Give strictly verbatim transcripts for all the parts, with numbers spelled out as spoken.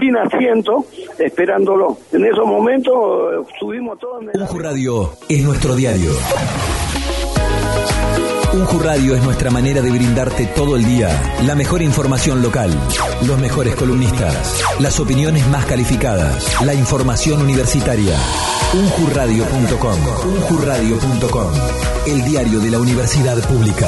sin asiento, esperándolo. En esos momentos eh, subimos todos... En el... UNJU Radio es nuestro diario. UNJU Radio es nuestra manera de brindarte todo el día la mejor información local, los mejores columnistas, las opiniones más calificadas, la información universitaria. unju radio punto com, unju radio punto com, el diario de la Universidad Pública.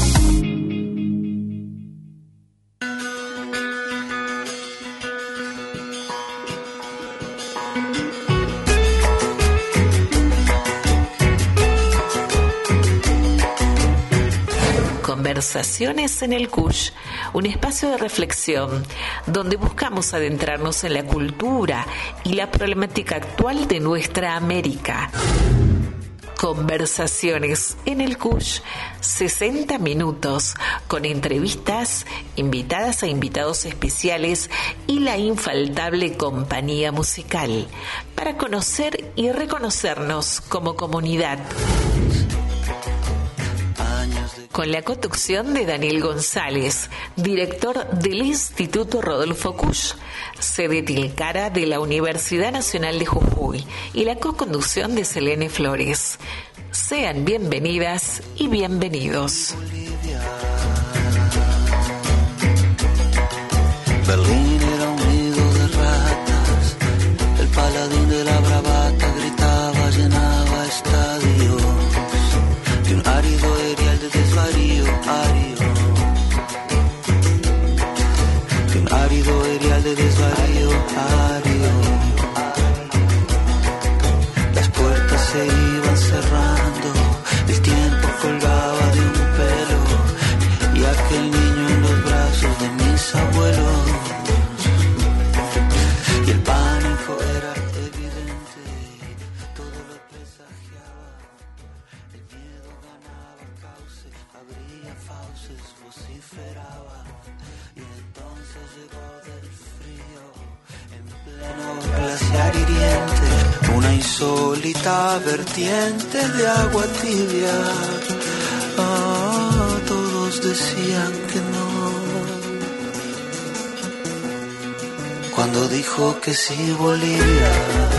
Conversaciones en el C U S H, un espacio de reflexión donde buscamos adentrarnos en la cultura y la problemática actual de nuestra América. Conversaciones en el C U S H, sesenta minutos con entrevistas, invitadas e invitados especiales y la infaltable compañía musical para conocer y reconocernos como comunidad. Con la conducción de Daniel González, director del Instituto Rodolfo Kusch, sede Tilcara de la Universidad Nacional de Jujuy, y la co-conducción de Selene Flores. Sean bienvenidas y bienvenidos. Berlín era un nido de ratas, el paladín de la bravata gritaba, llenaba estadios, de un árido erial de desvarío, ario, de un árido erial de desvarío, ario. Las puertas se iban cerrando, el tiempo colgaba de un pelo, y aquel niño en los brazos de mis abuelos, y el pánico era evidente, todo lo presagiaba, el miedo ganaba cauce, abría fauces, vociferaba, y entonces llegó del frío, en pleno glaciar hiriente, una insólita vertiente de agua tibia. Ah, todos decían que no. Cuando dijo que sí, Bolivia.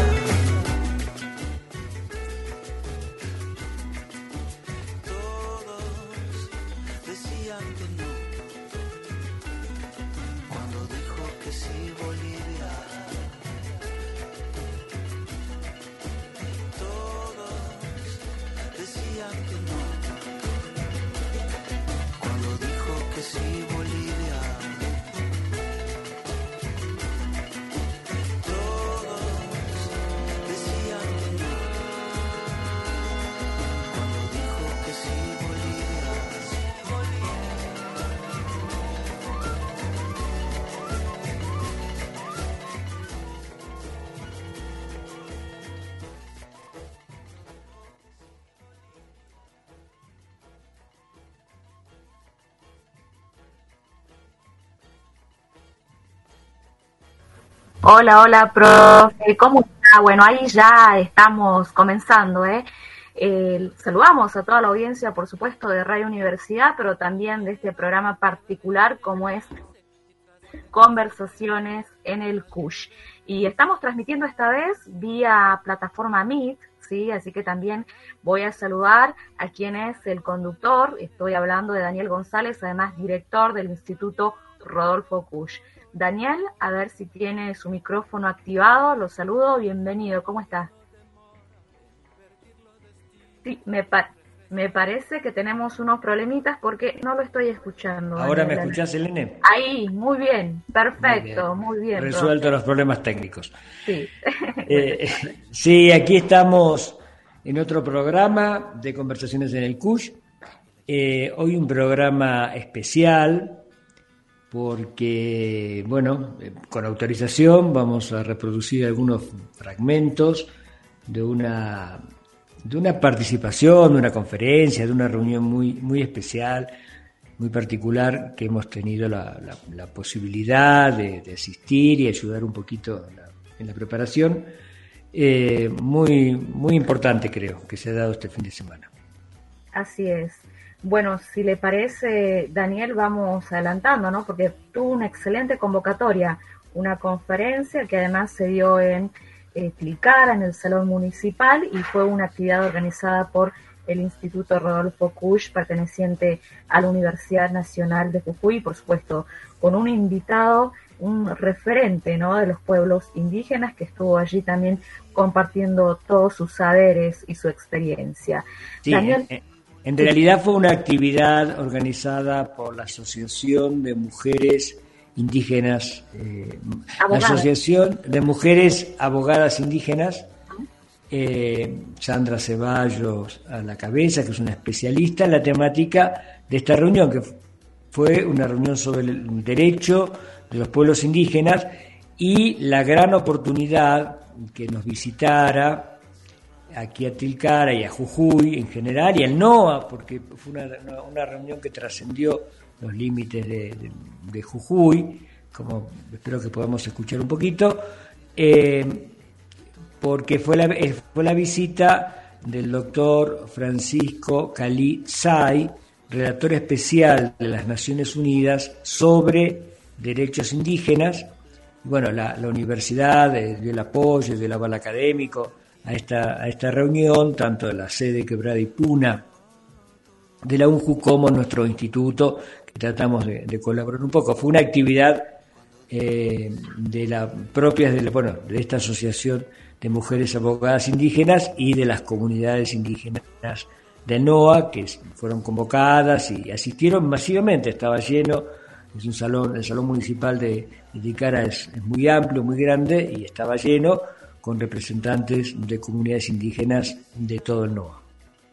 Hola, hola, profe, ¿cómo está? Bueno, ahí ya estamos comenzando, ¿eh? Eh, saludamos a toda la audiencia, por supuesto, de Radio Universidad, pero también de este programa particular como es Conversaciones en el C U S H. Y estamos transmitiendo esta vez vía plataforma Meet, ¿sí? Así que también voy a saludar a quien es el conductor. Estoy hablando de Daniel González, además director del Instituto Rodolfo Kusch. Daniel, a ver si tiene su micrófono activado. Lo saludo, bienvenido. ¿Cómo estás? Sí, me, pa- me parece que tenemos unos problemitas porque no lo estoy escuchando. ¿Ahora Daniel. me escuchás, Selene? Ahí, muy bien, perfecto, muy bien. Muy bien Resuelto profe. los problemas técnicos. Sí. Eh, sí, aquí estamos en otro programa de Conversaciones en el C U S H. Eh, hoy un programa especial porque, bueno, eh, con autorización vamos a reproducir algunos fragmentos de una, de una participación, de una conferencia, de una reunión muy, muy especial, muy particular, que hemos tenido la, la, la posibilidad de, de asistir y ayudar un poquito en la, en la preparación. Eh, muy, muy importante, creo, que se ha dado este fin de semana. Así es. Bueno, si le parece, Daniel, vamos adelantando, ¿no? Porque tuvo una excelente convocatoria. una conferencia que además se dio en eh, Tilcara, en el Salón Municipal, y fue una actividad organizada por el Instituto Rodolfo Kusch, perteneciente a la Universidad Nacional de Jujuy, por supuesto, con un invitado, un referente, ¿no?, de los pueblos indígenas, que estuvo allí también compartiendo todos sus saberes y su experiencia. Sí, Daniel, en, en realidad fue una actividad organizada por la Asociación de Mujeres Indígenas, eh, la Asociación de Mujeres Abogadas Indígenas, eh, Sandra Ceballos a la cabeza, que es una especialista en la temática de esta reunión, que fue una reunión sobre el derecho de los pueblos indígenas y la gran oportunidad que nos visitara aquí a Tilcara y a Jujuy en general, y al NOA, porque fue una, una, una reunión que trascendió los límites de, de, de Jujuy, como espero que podamos escuchar un poquito, eh, porque fue la, fue la visita del doctor Francisco Cali Say, relator especial de las Naciones Unidas sobre derechos indígenas. Bueno, la, la universidad dio el apoyo, dio el aval académico a esta, a esta reunión, tanto de la sede Quebrada y Puna de la UNJU como nuestro instituto, que tratamos de, de colaborar un poco. Fue una actividad eh, de la propia de, la, bueno, de esta asociación de mujeres abogadas indígenas y de las comunidades indígenas del NOA, que fueron convocadas y asistieron masivamente. Estaba lleno, es un salón, el salón municipal de, de Tilcara es, es muy amplio, muy grande, y estaba lleno con representantes de comunidades indígenas de todo el NOA.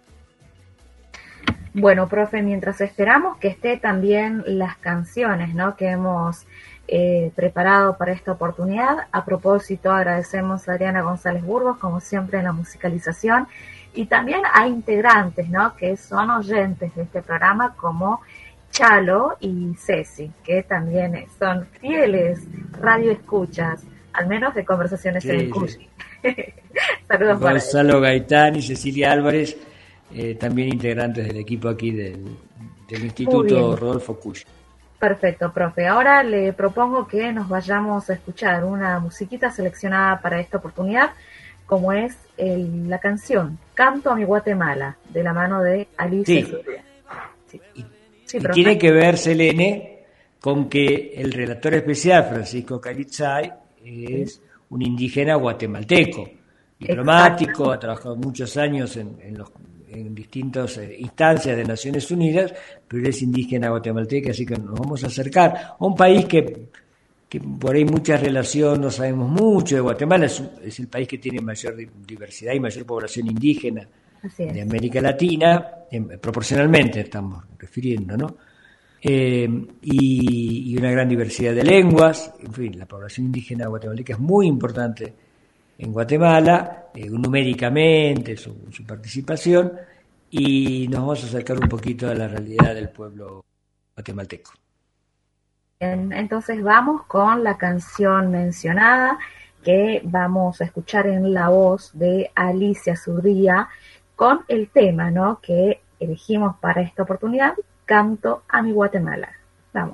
Bueno, profe, mientras esperamos que esté también las canciones, ¿no?, que hemos eh, preparado para esta oportunidad. A propósito, agradecemos a Adriana González Burgos, como siempre, en la musicalización, y también a integrantes, ¿no?, que son oyentes de este programa, como Chalo y Ceci, que también son fieles radioescuchas, al menos de Conversaciones sí, en el Cushi. Sí. Saludos para Gonzalo Gaitán y Cecilia Álvarez, eh, también integrantes del equipo aquí del, del Instituto Rodolfo Kusch. Perfecto, profe. Ahora le propongo que nos vayamos a escuchar una musiquita seleccionada para esta oportunidad, como es el, la canción Canto a mi Guatemala, de la mano de Alicia. Sí. Sí. Y, sí, y tiene que ver, Selene, con que el relator especial, Francisco Calitzay, es un indígena guatemalteco, diplomático. Exacto. Ha trabajado muchos años en, en, los, en distintas eh, instancias de Naciones Unidas, pero él es indígena guatemalteca, así que nos vamos a acercar a un país que, que por ahí mucha relación, no sabemos mucho de Guatemala. Es, es el país que tiene mayor diversidad y mayor población indígena de América Latina, en, proporcionalmente estamos refiriendo, ¿no? Eh, y, y una gran diversidad de lenguas. En fin, la población indígena guatemalteca es muy importante en Guatemala, eh, numéricamente su, su participación, y nos vamos a acercar un poquito a la realidad del pueblo guatemalteco. Entonces vamos con la canción mencionada, que vamos a escuchar en la voz de Alicia Zurría, con el tema, ¿no?, que elegimos para esta oportunidad, Canto a mi Guatemala. Vamos.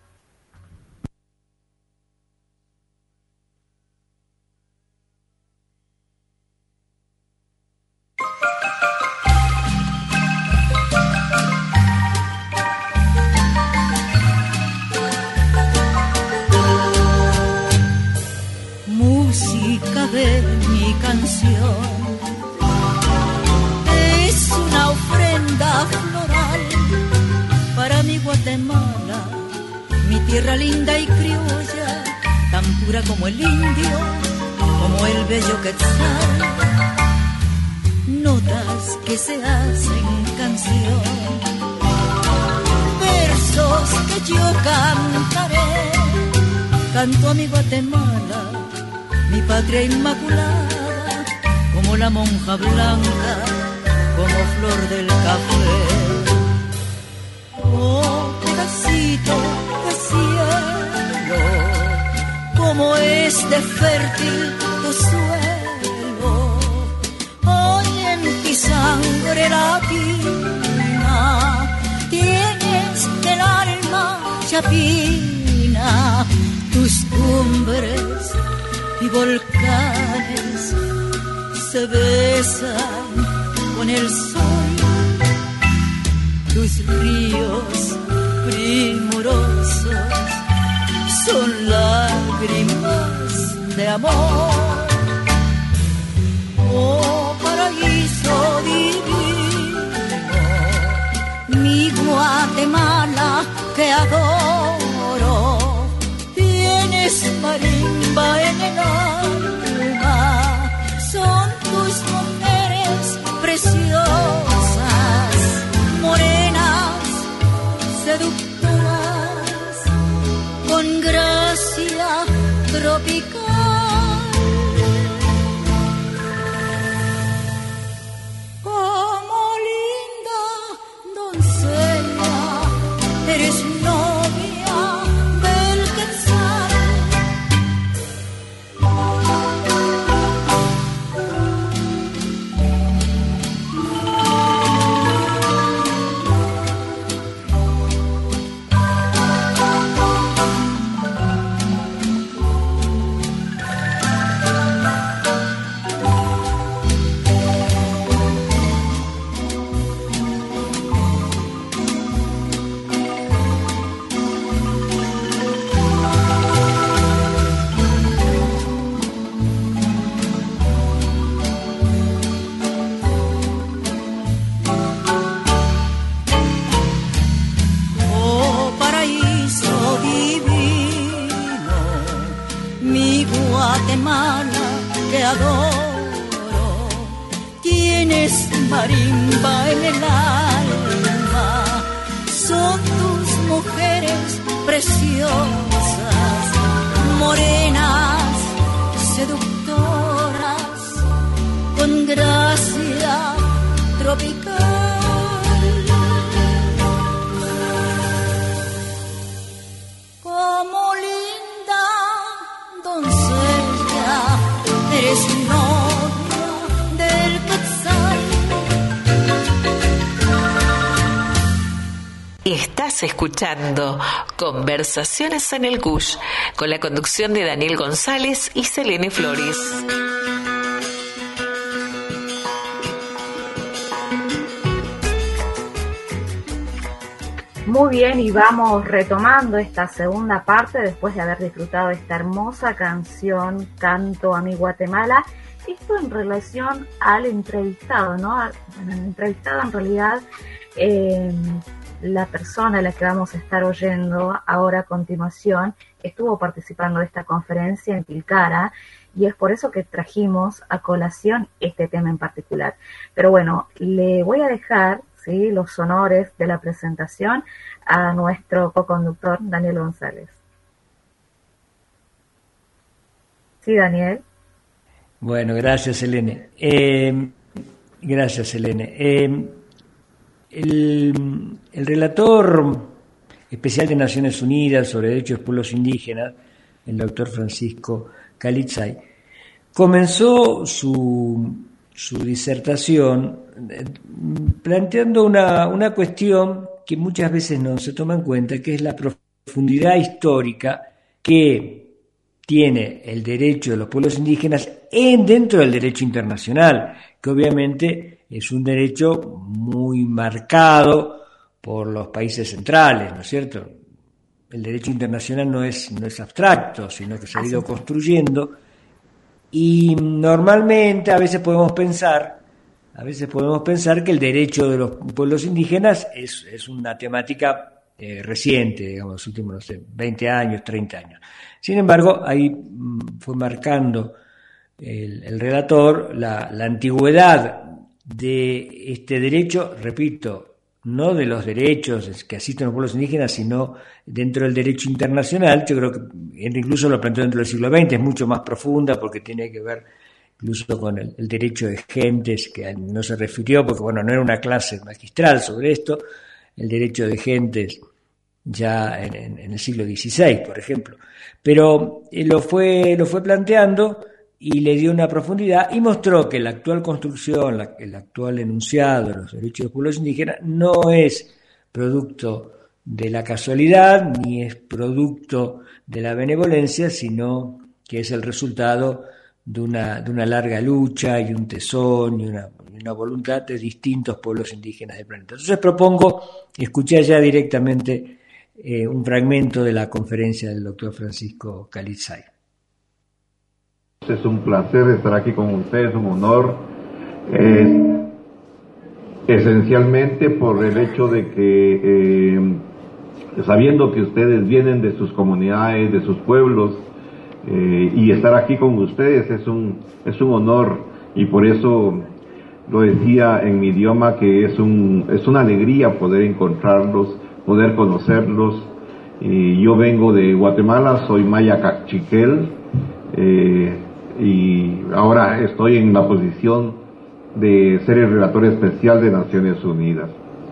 Música de mi canción es una ofrenda floral para mi Guatemala, mi tierra linda y criolla, tan pura como el indio, como el bello quetzal. Notas que se hacen canción, versos que yo cantaré. Canto a mi Guatemala, mi patria inmaculada, como la monja blanca, como flor del café. Oh, pedacito de cielo, como es de fértil tu suelo. Hoy en ti sangre latina, tienes del alma chapina, tu tus cumbres y volcanes se besan con el sol, tus ríos primorosos son lágrimas de amor. Oh, paraíso divino, mi Guatemala que adoro, tienes marimba en el alma, son tus mujeres preciosas, morenas, seductoras, con gracia tropical. Como linda doncella, eres novia del Quetzal. Guatemala que adoro, tienes marimba en el alma, son tus mujeres preciosas, morenas, seductoras, con gracia tropical. Como linda doncella, eres novia del Quetzal. Estás escuchando Conversaciones en el Kush, con la conducción de Daniel González y Selene Flores. Muy bien, y vamos retomando esta segunda parte después de haber disfrutado de esta hermosa canción, Canto a mi Guatemala. Esto en relación al entrevistado, ¿no? Bueno, el entrevistado en realidad, eh, la persona a la que vamos a estar oyendo ahora a continuación, estuvo participando de esta conferencia en Tilcara, y es por eso que trajimos a colación este tema en particular. Pero bueno, le voy a dejar, ¿sí?, los honores de la presentación a nuestro coconductor Daniel González. Sí, Daniel. Bueno, gracias, Selene. Eh, gracias, Selene. Eh, el, el relator especial de Naciones Unidas sobre derechos de pueblos indígenas, el doctor Francisco Calitzay, comenzó su, su disertación planteando una, una cuestión que muchas veces no se toma en cuenta, que es la profundidad histórica que tiene el derecho de los pueblos indígenas en, dentro del derecho internacional, que obviamente es un derecho muy marcado por los países centrales, ¿no es cierto? El derecho internacional no es, no es abstracto, sino que se ha ido construyendo, y normalmente a veces podemos pensar A veces podemos pensar que el derecho de los pueblos indígenas es, es una temática eh, reciente, digamos, los últimos, no sé, veinte años, treinta años. Sin embargo, ahí mm, fue marcando el, el relator la, la antigüedad de este derecho, repito, no de los derechos que asisten los pueblos indígenas, sino dentro del derecho internacional. Yo creo que incluso lo planteó dentro del siglo veinte, es mucho más profunda porque tiene que ver incluso con el, el derecho de gentes, que no se refirió porque, bueno, no era una clase magistral sobre esto, el derecho de gentes ya en, en, en el siglo dieciséis, por ejemplo. Pero eh, lo fue lo fue planteando y le dio una profundidad y mostró que la actual construcción, la, el actual enunciado de los derechos de los pueblos indígenas no es producto de la casualidad, ni es producto de la benevolencia, sino que es el resultado de una, de una larga lucha y un tesón y una, una voluntad de distintos pueblos indígenas del planeta. Entonces propongo escuchar ya directamente eh, un fragmento de la conferencia del doctor Francisco Calitzay. Es un placer estar aquí con ustedes, un honor, eh, esencialmente por el hecho de que, eh, sabiendo que ustedes vienen de sus comunidades, de sus pueblos, eh, y estar aquí con ustedes es un, es un honor, y por eso lo decía en mi idioma que es, un, es una alegría poder encontrarlos, poder conocerlos. Y yo vengo de Guatemala, soy maya cachiquel, eh, y ahora estoy en la posición de ser el relator especial de Naciones Unidas.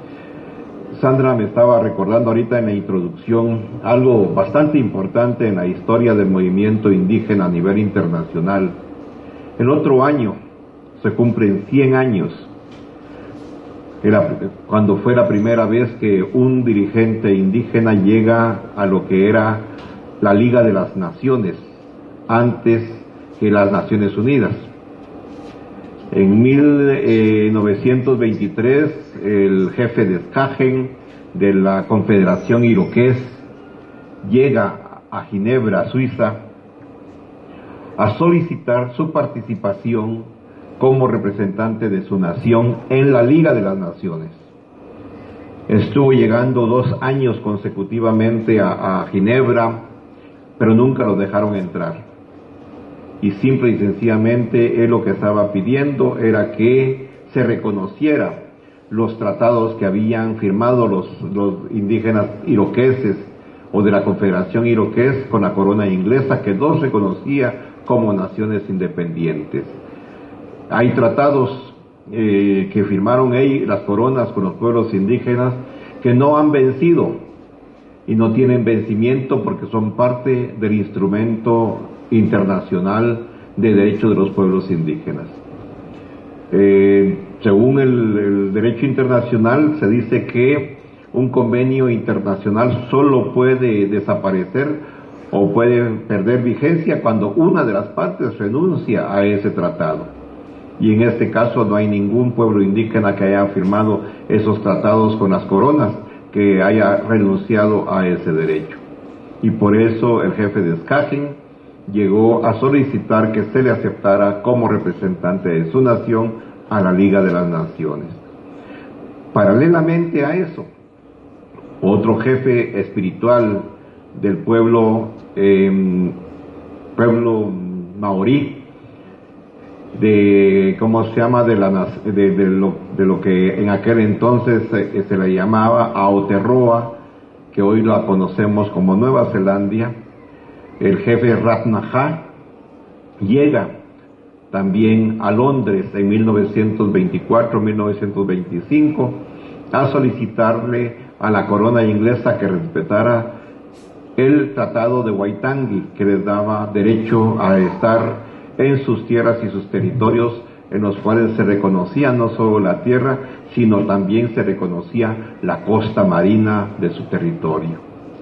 Sandra me estaba recordando ahorita en la introducción algo bastante importante en la historia del movimiento indígena a nivel internacional. El otro año se cumplen cien años, era cuando fue la primera vez que un dirigente indígena llega a lo que era la Liga de las Naciones, antes que las Naciones Unidas. En mil novecientos veintitrés, el jefe de Skagen de la Confederación Iroqués llega a Ginebra, Suiza, a solicitar su participación como representante de su nación en la Liga de las Naciones. Estuvo llegando dos años consecutivamente a, a Ginebra, pero nunca lo dejaron entrar. Y simple y sencillamente él lo que estaba pidiendo era que se reconociera los tratados que habían firmado los, los indígenas iroqueses o de la Confederación Iroqués con la corona inglesa, que los reconocía como naciones independientes. Hay tratados eh, que firmaron ahí las coronas con los pueblos indígenas que no han vencido y no tienen vencimiento porque son parte del instrumento internacional de derechos de los pueblos indígenas. Eh, según el, el derecho internacional se dice que un convenio internacional solo puede desaparecer o puede perder vigencia cuando una de las partes renuncia a ese tratado. Y en este caso no hay ningún pueblo indígena que haya firmado esos tratados con las coronas que haya renunciado a ese derecho. Y por eso el jefe de Skagen llegó a solicitar que se le aceptara como representante de su nación a la Liga de las Naciones. Paralelamente a eso, otro jefe espiritual del pueblo, eh, pueblo maorí, de cómo se llama de la de, de lo de lo que en aquel entonces se, se le llamaba Aotearoa, que hoy la conocemos como Nueva Zelanda, el jefe Ratnaja llega también a Londres en mil novecientos veinticuatro a mil novecientos veinticinco a solicitarle a la corona inglesa que respetara el tratado de Waitangi, que les daba derecho a estar en sus tierras y sus territorios, en los cuales se reconocía no solo la tierra, sino también se reconocía la costa marina de su territorio.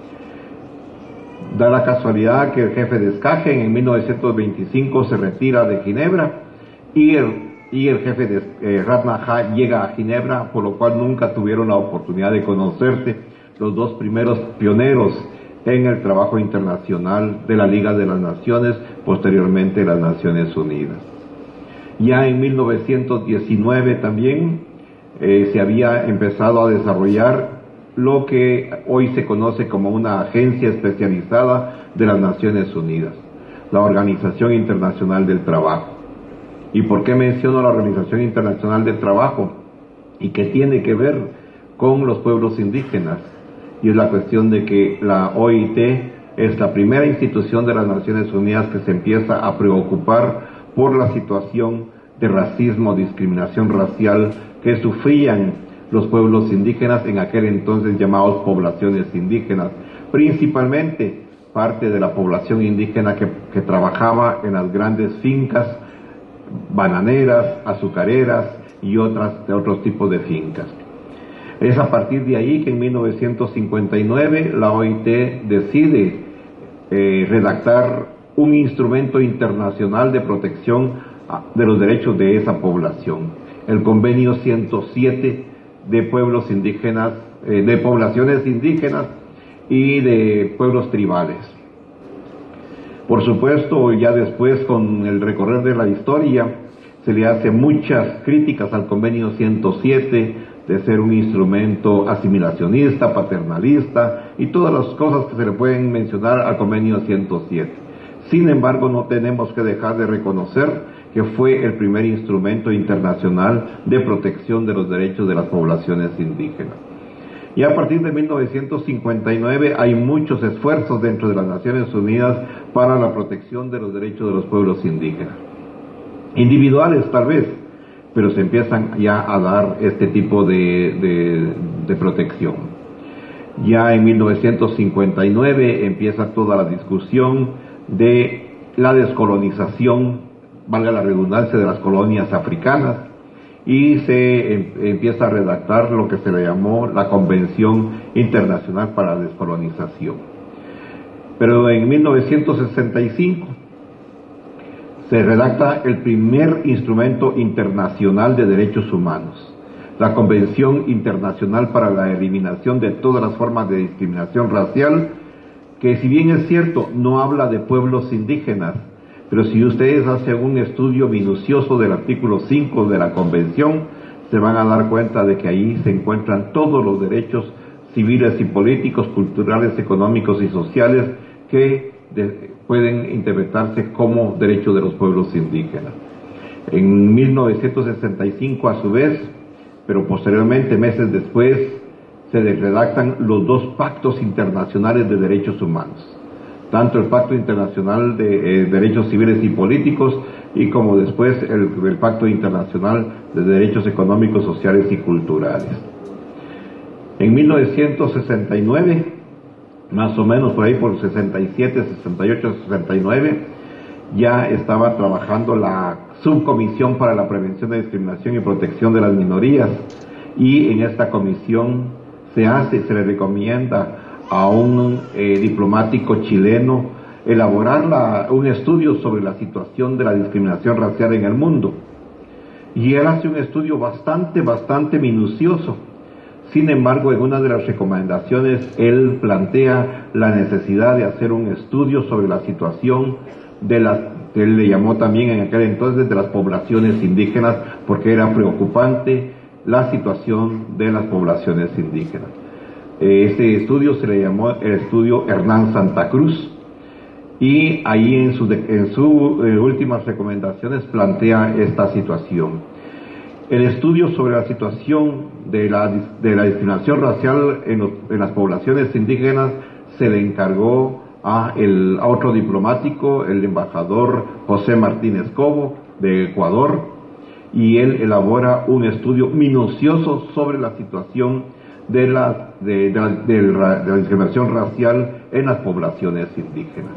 Da la casualidad que el jefe de Skagen en mil novecientos veinticinco se retira de Ginebra y el, y el jefe de eh, Ratnaja llega a Ginebra, por lo cual nunca tuvieron la oportunidad de conocerse los dos primeros pioneros en el trabajo internacional de la Liga de las Naciones, posteriormente las Naciones Unidas. Ya en mil novecientos diecinueve también eh, se había empezado a desarrollar lo que hoy se conoce como una agencia especializada de las Naciones Unidas, la Organización Internacional del Trabajo. ¿Y por qué menciono la Organización Internacional del Trabajo? ¿Y qué tiene que ver con los pueblos indígenas? Y es la cuestión de que la O I T es la primera institución de las Naciones Unidas que se empieza a preocupar por la situación de racismo, discriminación racial que sufrían los pueblos indígenas, en aquel entonces llamados poblaciones indígenas, principalmente parte de la población indígena que, que trabajaba en las grandes fincas bananeras, azucareras y otras de otros tipos de fincas. Es a partir de ahí que en mil novecientos cincuenta y nueve la O I T decide eh, redactar un instrumento internacional de protección de los derechos de esa población, el Convenio ciento siete de pueblos indígenas, eh, de poblaciones indígenas y de pueblos tribales. Por supuesto, ya después, con el recorrer de la historia, se le hace muchas críticas al Convenio ciento siete de ser un instrumento asimilacionista, paternalista y todas las cosas que se le pueden mencionar al Convenio ciento siete. Sin embargo, no tenemos que dejar de reconocer que fue el primer instrumento internacional de protección de los derechos de las poblaciones indígenas. Y a partir de mil novecientos cincuenta y nueve hay muchos esfuerzos dentro de las Naciones Unidas para la protección de los derechos de los pueblos indígenas. Individuales tal vez, pero se empiezan ya a dar este tipo de, de, de protección. Ya en mil novecientos cincuenta y nueve empieza toda la discusión de la descolonización, valga la redundancia, de las colonias africanas, y se em, empieza a redactar lo que se le llamó la Convención Internacional para la Descolonización. Pero en mil novecientos sesenta y cinco se redacta el primer instrumento internacional de derechos humanos, la Convención Internacional para la Eliminación de todas las formas de discriminación racial, que si bien es cierto, no habla de pueblos indígenas, pero si ustedes hacen un estudio minucioso del artículo cinco de la Convención, se van a dar cuenta de que ahí se encuentran todos los derechos civiles y políticos, culturales, económicos y sociales que de, pueden interpretarse como derechos de los pueblos indígenas. En mil novecientos sesenta y cinco, a su vez, pero posteriormente, meses después, se redactan los dos pactos internacionales de derechos humanos, tanto el Pacto Internacional de eh, Derechos Civiles y Políticos y como después el, el Pacto Internacional de Derechos Económicos, Sociales y Culturales. En mil novecientos sesenta y nueve, más o menos por ahí por sesenta y siete, sesenta y ocho, sesenta y nueve, ya estaba trabajando la Subcomisión para la Prevención de Discriminación y Protección de las Minorías, y en esta comisión se hace, se le recomienda a un eh, diplomático chileno elaborar la, un estudio sobre la situación de la discriminación racial en el mundo. Y él hace un estudio bastante, bastante minucioso. Sin embargo, en una de las recomendaciones, él plantea la necesidad de hacer un estudio sobre la situación de las, que él le llamó también en aquel entonces, de las poblaciones indígenas, porque era preocupante la situación de las poblaciones indígenas. Este estudio se le llamó el estudio Hernán Santa Cruz, y ahí en sus en su, eh, últimas recomendaciones plantea esta situación. El estudio sobre la situación de la, de la discriminación racial en, los, en las poblaciones indígenas se le encargó a, el, a otro diplomático, el embajador José Martínez Cobo de Ecuador, y él elabora un estudio minucioso sobre la situación de la, de, de, la, de, la, de la discriminación racial en las poblaciones indígenas.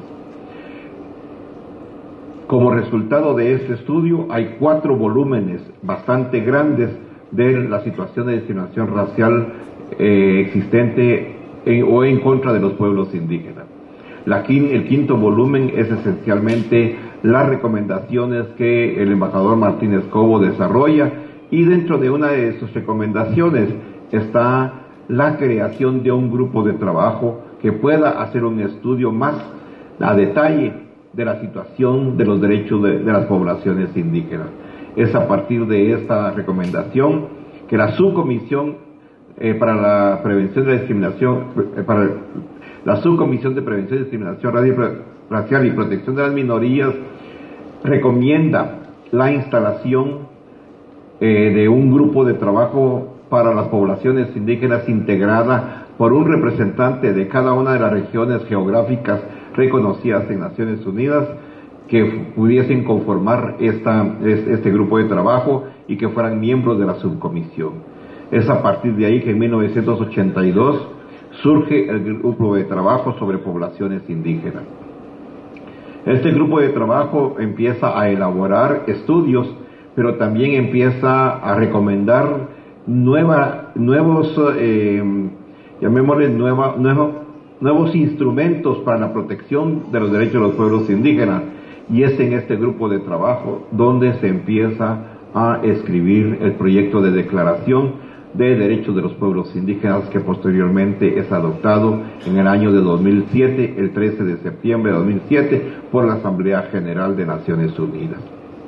Como resultado de este estudio, hay cuatro volúmenes bastante grandes de la situación de discriminación racial eh, existente en, o en contra de los pueblos indígenas. La, el quinto volumen es esencialmente las recomendaciones que el embajador Martínez Cobo desarrolla, y dentro de una de sus recomendaciones está la creación de un grupo de trabajo que pueda hacer un estudio más a detalle de la situación de los derechos de, de las poblaciones indígenas. Es a partir de esta recomendación que la Subcomisión eh, para la Prevención de la Discriminación, eh, para la Subcomisión de Prevención de Discriminación Racial y Protección de las Minorías recomienda la instalación eh, de un grupo de trabajo para las poblaciones indígenas integrada por un representante de cada una de las regiones geográficas reconocidas en Naciones Unidas, que pudiesen conformar esta, este grupo de trabajo y que fueran miembros de la subcomisión. Es a partir de ahí que en mil novecientos ochenta y dos surge el grupo de trabajo sobre poblaciones indígenas. Este grupo de trabajo empieza a elaborar estudios, pero también empieza a recomendar nueva nuevos, eh, llamémosle nueva, nuevo, nuevos instrumentos para la protección de los derechos de los pueblos indígenas, y es en este grupo de trabajo donde se empieza a escribir el proyecto de declaración de derechos de los pueblos indígenas, que posteriormente es adoptado en el año de dos mil siete, el trece de septiembre de dos mil siete, por la Asamblea General de Naciones Unidas.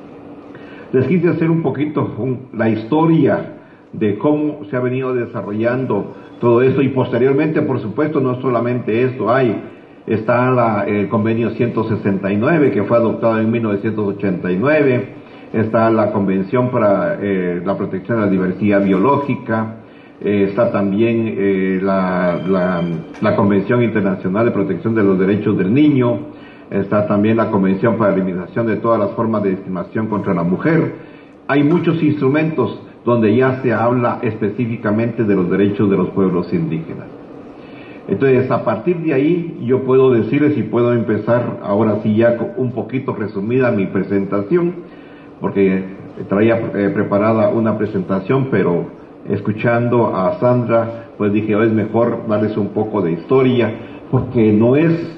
Les quise hacer un poquito un, la historia de cómo se ha venido desarrollando todo esto, y posteriormente, por supuesto, no solamente esto, hay, está la, el convenio ciento sesenta y nueve, que fue adoptado en mil novecientos ochenta y nueve, está la Convención para eh, la Protección de la Diversidad Biológica, eh, está también eh, la, la, la Convención Internacional de Protección de los Derechos del Niño, está también la Convención para la Eliminación de todas las formas de discriminación contra la mujer. Hay muchos instrumentos donde ya se habla específicamente de los derechos de los pueblos indígenas. Entonces, a partir de ahí, yo puedo decirles, y puedo empezar ahora sí ya un poquito resumida mi presentación, porque traía eh, preparada una presentación, pero escuchando a Sandra, pues dije, oh, es mejor darles un poco de historia, porque no es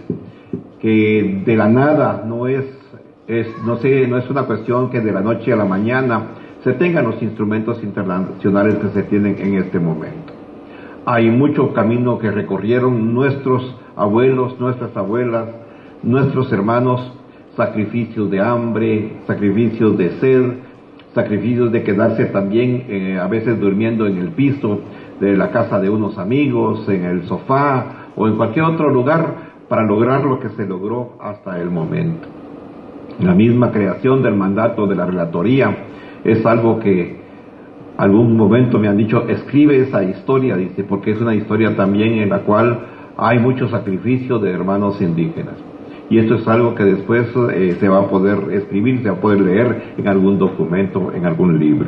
que de la nada, no es, es, no sé, no es una cuestión que de la noche a la mañana se tengan los instrumentos internacionales que se tienen en este momento. Hay mucho camino que recorrieron nuestros abuelos, nuestras abuelas, nuestros hermanos, sacrificios de hambre, sacrificios de sed, sacrificios de quedarse también eh, a veces durmiendo en el piso de la casa de unos amigos, en el sofá o en cualquier otro lugar para lograr lo que se logró hasta el momento. La misma creación del mandato de la relatoría es algo que algún momento me han dicho, escribe esa historia, dice, porque es una historia también en la cual hay mucho sacrificio de hermanos indígenas. Y esto es algo que después eh, se va a poder escribir, se va a poder leer en algún documento, en algún libro.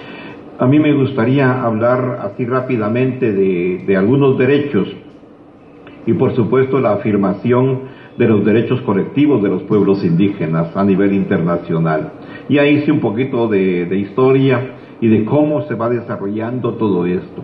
A mí me gustaría hablar así rápidamente de, de algunos derechos y por supuesto la afirmación de los derechos colectivos de los pueblos indígenas a nivel internacional. Y ahí hice un poquito de, de historia y de cómo se va desarrollando todo esto.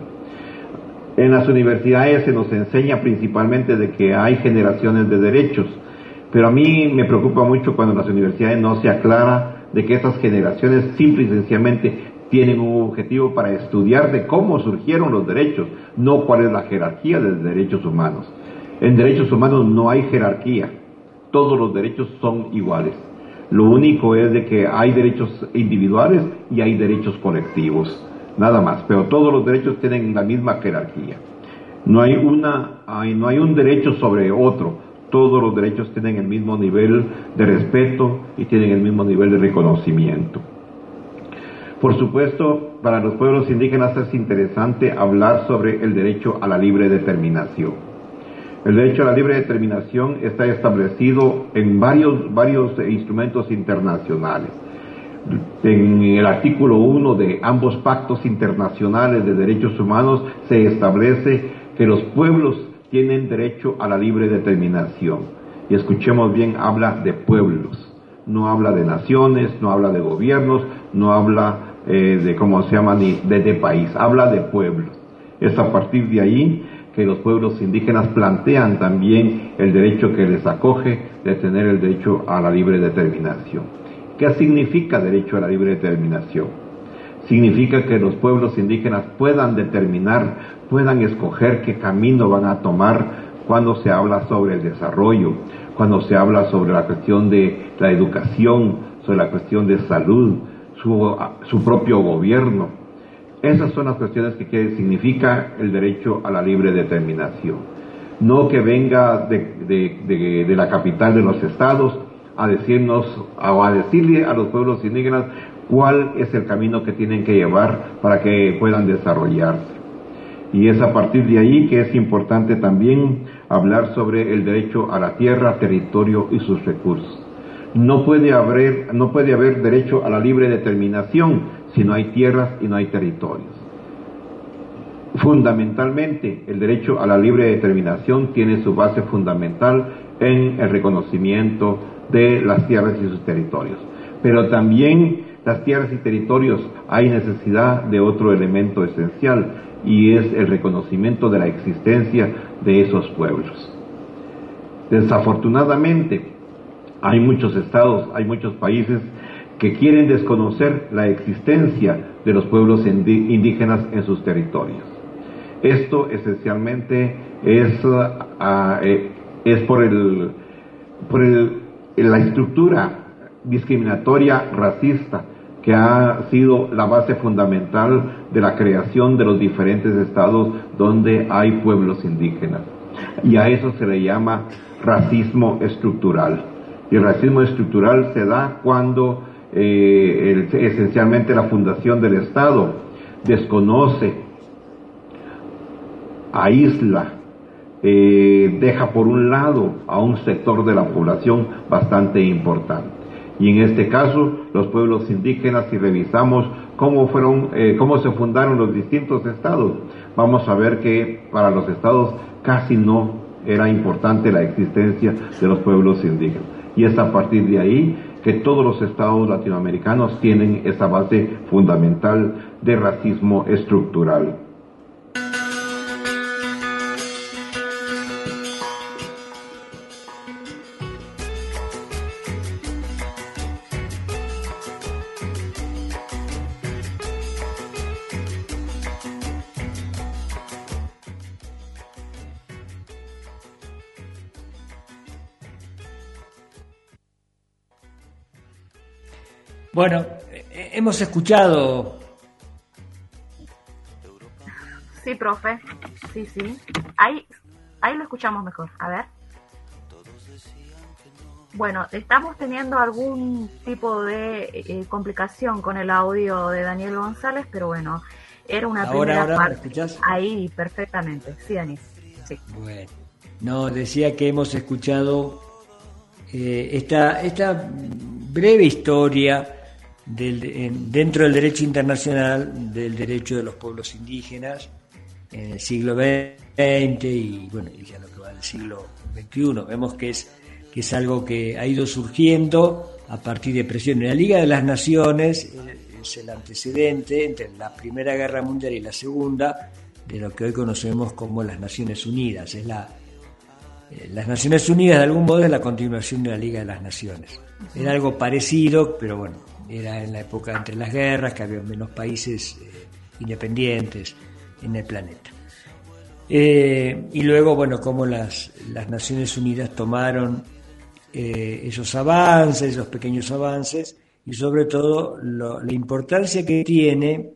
En las universidades se nos enseña principalmente de que hay generaciones de derechos, pero a mí me preocupa mucho cuando en las universidades no se aclara de que esas generaciones simple y sencillamente tienen un objetivo para estudiar de cómo surgieron los derechos, no cuál es la jerarquía de los derechos humanos. En derechos humanos no hay jerarquía, todos los derechos son iguales. Lo único es de que hay derechos individuales y hay derechos colectivos, nada más, pero todos los derechos tienen la misma jerarquía. No hay una, hay, no hay un derecho sobre otro. Todos los derechos tienen el mismo nivel de respeto y tienen el mismo nivel de reconocimiento. Por supuesto, para los pueblos indígenas es interesante hablar sobre el derecho a la libre determinación. El derecho a la libre determinación está establecido en varios, varios instrumentos internacionales. En el artículo uno de ambos pactos internacionales de derechos humanos se establece que los pueblos tienen derecho a la libre determinación. Y escuchemos bien, habla de pueblos, no habla de naciones, no habla de gobiernos, no habla eh, de cómo se llama ni de, de país, habla de pueblos. Es a partir de ahí que los pueblos indígenas plantean también el derecho que les acoge de tener el derecho a la libre determinación. ¿Qué significa derecho a la libre determinación? Significa que los pueblos indígenas puedan determinar, puedan escoger qué camino van a tomar cuando se habla sobre el desarrollo, cuando se habla sobre la cuestión de la educación, sobre la cuestión de salud, su, su propio gobierno. Esas son las cuestiones que, que significa el derecho a la libre determinación. No que venga de, de, de, de la capital de los estados a decirnos o a decirle a los pueblos indígenas cuál es el camino que tienen que llevar para que puedan desarrollarse. Y es a partir de ahí que es importante también hablar sobre el derecho a la tierra, territorio y sus recursos. No puede haber, no puede haber derecho a la libre determinación si no hay tierras y no hay territorios. Fundamentalmente, el derecho a la libre determinación tiene su base fundamental en el reconocimiento de las tierras y sus territorios. Pero también las tierras y territorios hay necesidad de otro elemento esencial, y es el reconocimiento de la existencia de esos pueblos. Desafortunadamente, hay muchos estados, hay muchos países que quieren desconocer la existencia de los pueblos indígenas en sus territorios. Esto esencialmente es, uh, eh, es por, el, por el, la estructura discriminatoria racista que ha sido la base fundamental de la creación de los diferentes estados donde hay pueblos indígenas. Y a eso se le llama racismo estructural. Y el racismo estructural se da cuando eh, el, esencialmente la fundación del Estado desconoce, aísla, eh, deja por un lado a un sector de la población bastante importante. Y en este caso, los pueblos indígenas, si revisamos cómo fueron, eh, cómo se fundaron los distintos estados, vamos a ver que para los estados casi no era importante la existencia de los pueblos indígenas. Y es a partir de ahí que todos los estados latinoamericanos tienen esa base fundamental de racismo estructural. Bueno, hemos escuchado... Sí, profe. Sí, sí. Ahí, ahí lo escuchamos mejor. A ver. Bueno, estamos teniendo algún tipo de eh, complicación con el audio de Daniel González, pero bueno, era una ahora, primera ahora, parte. ¿me escuchás? Ahí, perfectamente. Sí, Dani. Sí. Bueno, no, decía que hemos escuchado eh, esta, esta breve historia del, en, dentro del derecho internacional del derecho de los pueblos indígenas en el siglo veinte y bueno, y ya lo que va del siglo veintiuno. Vemos que es que es algo que ha ido surgiendo a partir de presiones. La Liga de las Naciones es el antecedente entre la Primera Guerra Mundial y la Segunda de lo que hoy conocemos como las Naciones Unidas. Es la, eh, las Naciones Unidas de algún modo es la continuación de la Liga de las Naciones. Era algo parecido, pero bueno, era en la época entre las guerras, que había menos países eh, independientes en el planeta. Eh, y luego, bueno, como las, las Naciones Unidas tomaron eh, esos avances, esos pequeños avances, y sobre todo lo, la importancia que tiene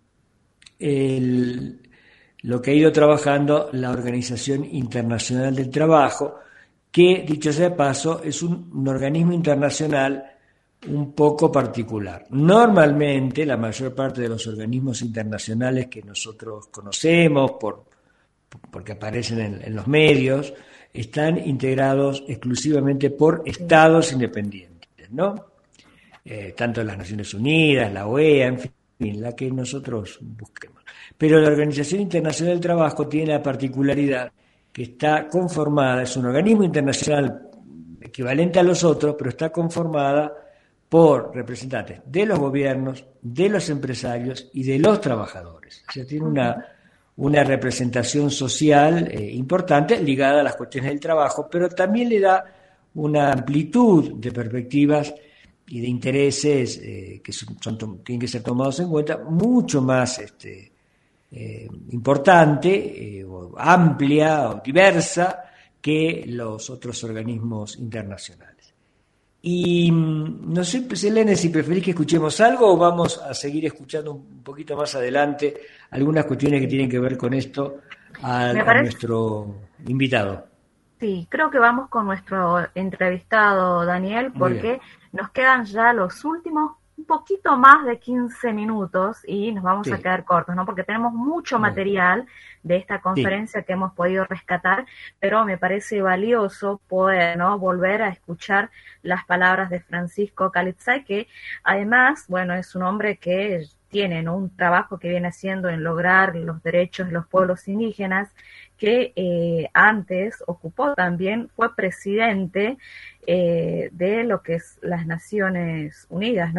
el, lo que ha ido trabajando la Organización Internacional del Trabajo, que, dicho sea de paso, es un, un organismo internacional un poco particular. Normalmente, la mayor parte de los organismos internacionales que nosotros conocemos, por, porque aparecen en, en los medios, están integrados exclusivamente por estados independientes, ¿no? Eh, tanto las Naciones Unidas, la O E A, en fin, la que nosotros busquemos. Pero la Organización Internacional del Trabajo tiene la particularidad que está conformada, es un organismo internacional equivalente a los otros, pero está conformada por representantes de los gobiernos, de los empresarios y de los trabajadores. O sea, tiene una, una representación social eh, importante ligada a las cuestiones del trabajo, pero también le da una amplitud de perspectivas y de intereses eh, que son, son, tienen que ser tomados en cuenta, mucho más este, eh, importante, eh, o amplia o diversa que los otros organismos internacionales. Y no sé, Selene, si preferís que escuchemos algo o vamos a seguir escuchando un poquito más adelante algunas cuestiones que tienen que ver con esto a, a nuestro invitado. Sí, creo que vamos con nuestro entrevistado, Daniel, porque nos quedan ya los últimos un poquito más de quince minutos y nos vamos sí. a quedar cortos, ¿no? Porque tenemos mucho material de esta conferencia sí. que hemos podido rescatar, pero me parece valioso poder, ¿no?, volver a escuchar las palabras de Francisco Kalitzay, que además, bueno, es un hombre que tiene, ¿no?, un trabajo que viene haciendo en lograr los derechos de los pueblos indígenas, que eh, antes ocupó también, fue presidente eh, de lo que es las Naciones Unidas, ¿no?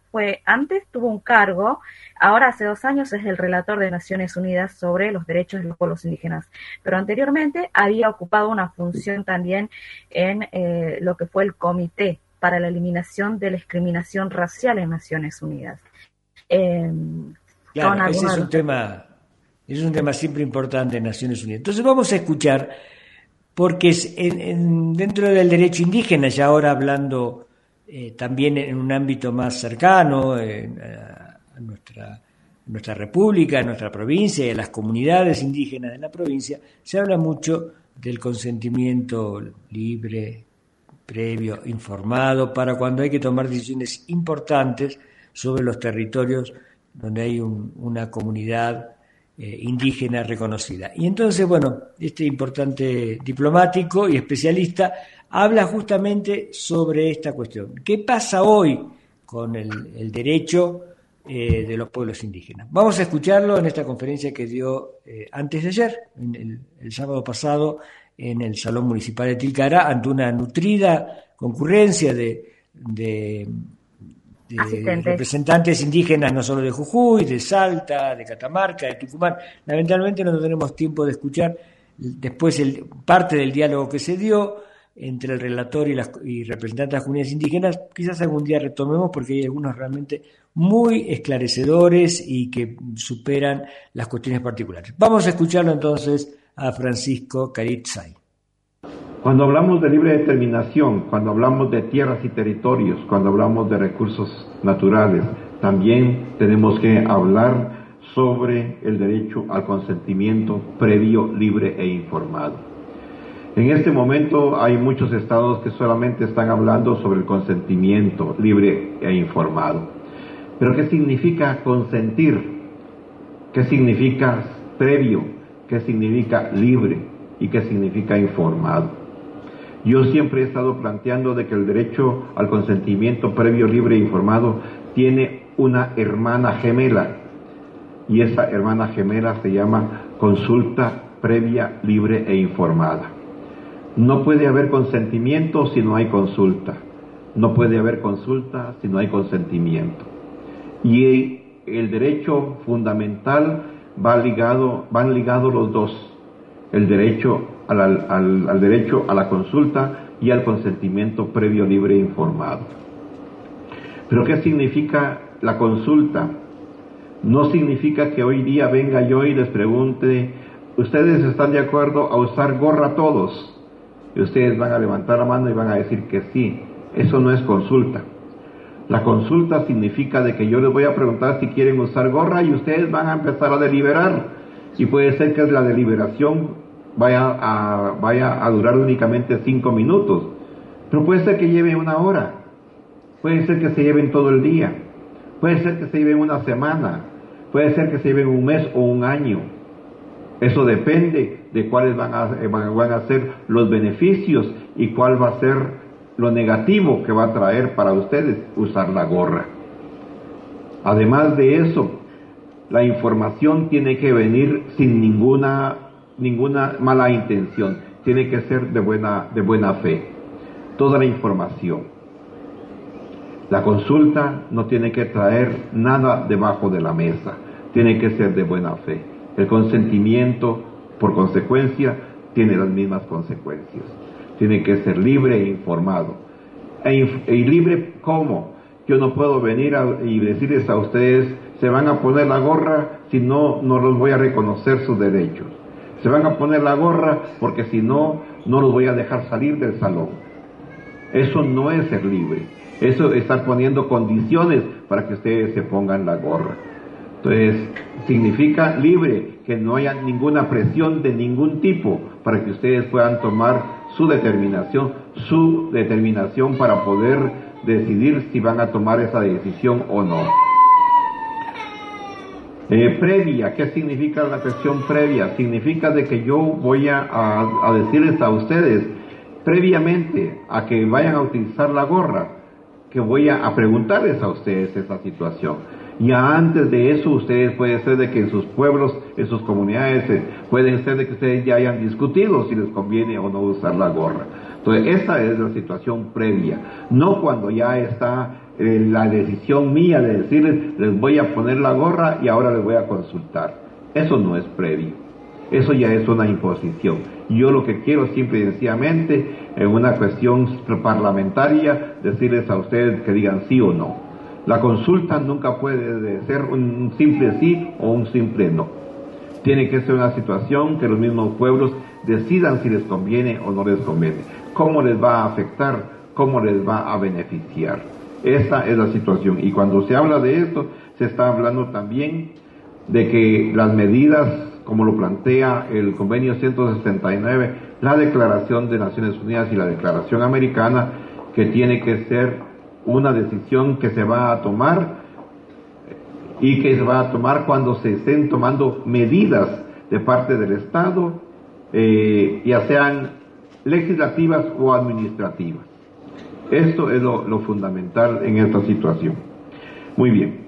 fue, antes tuvo un cargo, ahora hace dos años es el relator de Naciones Unidas sobre los derechos de los pueblos indígenas, pero anteriormente había ocupado una función también en eh, lo que fue el Comité para la Eliminación de la Discriminación Racial en Naciones Unidas. Eh, claro, ese es un tema, es un tema siempre importante en Naciones Unidas. Entonces vamos a escuchar, porque es en, en, dentro del derecho indígena, ya ahora hablando eh, también en un ámbito más cercano, en, a, a nuestra, nuestra república, a nuestra provincia y a las comunidades indígenas de la provincia, se habla mucho del consentimiento libre, previo, informado, para cuando hay que tomar decisiones importantes sobre los territorios donde hay un, una comunidad eh, indígena reconocida. Y entonces, bueno, este importante diplomático y especialista habla justamente sobre esta cuestión. ¿Qué pasa hoy con el, el derecho eh, de los pueblos indígenas? Vamos a escucharlo en esta conferencia que dio eh, antes de ayer, en el, el sábado pasado, en el Salón Municipal de Tilcara, ante una nutrida concurrencia de, de, de representantes indígenas, no solo de Jujuy, de Salta, de Catamarca, de Tucumán. Lamentablemente no tenemos tiempo de escuchar después el, parte del diálogo que se dio entre el relator y, las, y representantes de las comunidades indígenas. Quizás algún día retomemos, porque hay algunos realmente muy esclarecedores y que superan las cuestiones particulares. Vamos a escucharlo entonces a Francisco Caritzay. Cuando hablamos de libre determinación, cuando hablamos de tierras y territorios, cuando hablamos de recursos naturales, también tenemos que hablar sobre el derecho al consentimiento previo, libre e informado. En este momento hay muchos estados que solamente están hablando sobre el consentimiento libre e informado. Pero ¿qué significa consentir? ¿Qué significa previo? ¿Qué significa libre? ¿Y qué significa informado? Yo siempre he estado planteando de que el derecho al consentimiento previo, libre e informado tiene una hermana gemela, y esa hermana gemela se llama consulta previa, libre e informada. No puede haber consentimiento si no hay consulta. No puede haber consulta si no hay consentimiento. Y el derecho fundamental va ligado, van ligados los dos. El derecho al, al, al derecho a la consulta y al consentimiento previo, libre e informado. ¿Pero qué significa la consulta? No significa que hoy día venga yo y les pregunte, ¿ustedes están de acuerdo a usar gorra todos? Y ustedes van a levantar la mano y van a decir que sí. Eso no es consulta. La consulta significa de que yo les voy a preguntar si quieren usar gorra y ustedes van a empezar a deliberar. Y puede ser que la deliberación vaya a, vaya a durar únicamente cinco minutos. Pero puede ser que lleve una hora. Puede ser que se lleven todo el día. Puede ser que se lleven una semana. Puede ser que se lleven un mes o un año. Eso depende de cuáles van a, van a ser los beneficios y cuál va a ser lo negativo que va a traer para ustedes usar la gorra. Además de eso, la información tiene que venir sin ninguna, ninguna mala intención. Tiene que ser de buena, de buena fe. Toda la información. La consulta no tiene que traer nada debajo de la mesa. Tiene que ser de buena fe. El consentimiento, por consecuencia, tiene las mismas consecuencias. Tiene que ser libre e informado. E, inf- y libre, ¿cómo? Yo no puedo venir a, y decirles a ustedes, se van a poner la gorra, si no, no los voy a reconocer sus derechos. Se van a poner la gorra porque si no, no los voy a dejar salir del salón. Eso no es ser libre. Eso es estar poniendo condiciones para que ustedes se pongan la gorra. Entonces, significa libre, que no haya ninguna presión de ningún tipo para que ustedes puedan tomar su determinación, su determinación para poder decidir si van a tomar esa decisión o no. Eh, previa, ¿qué significa la cuestión previa? Significa de que yo voy a, a, a decirles a ustedes, previamente a que vayan a utilizar la gorra, que voy a, a preguntarles a ustedes esa situación. Ya antes de eso, ustedes puede ser de que en sus pueblos, en sus comunidades, eh, pueden ser de que ustedes ya hayan discutido si les conviene o no usar la gorra. Entonces, esa es la situación previa. No cuando ya está eh, la decisión mía de decirles, les voy a poner la gorra y ahora les voy a consultar. Eso no es previo, eso ya es una imposición. Yo lo que quiero simple y sencillamente, en una cuestión parlamentaria, decirles a ustedes que digan sí o no. La consulta nunca puede ser un simple sí o un simple no. Tiene que ser una situación que los mismos pueblos decidan si les conviene o no les conviene, cómo les va a afectar, cómo les va a beneficiar. Esa es la situación. Y cuando se habla de esto, se está hablando también de que las medidas, como lo plantea el convenio ciento sesenta y nueve, la Declaración de Naciones Unidas y la Declaración Americana, que tiene que ser una decisión que se va a tomar y que se va a tomar cuando se estén tomando medidas de parte del Estado, eh, ya sean legislativas o administrativas. Esto es lo, lo fundamental en esta situación. Muy bien.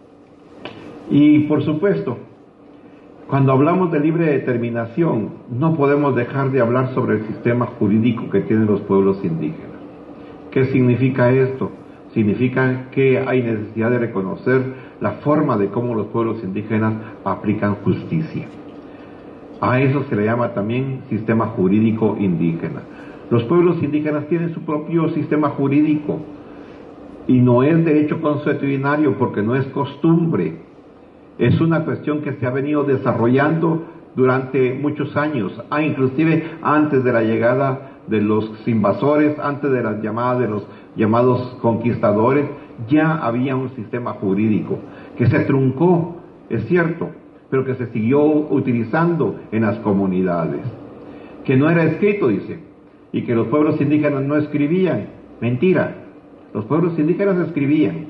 Y por supuesto, cuando hablamos de libre determinación, no podemos dejar de hablar sobre el sistema jurídico que tienen los pueblos indígenas. ¿Qué significa esto? Significa que hay necesidad de reconocer la forma de cómo los pueblos indígenas aplican justicia. A eso se le llama también sistema jurídico indígena. Los pueblos indígenas tienen su propio sistema jurídico y no es derecho consuetudinario porque no es costumbre. Es una cuestión que se ha venido desarrollando durante muchos años, ah, inclusive antes de la llegada de los invasores, antes de las llamadas de los llamados conquistadores, ya había un sistema jurídico que se truncó, es cierto, pero que se siguió utilizando en las comunidades, que no era escrito, dice, y que los pueblos indígenas no escribían. Mentira, los pueblos indígenas escribían,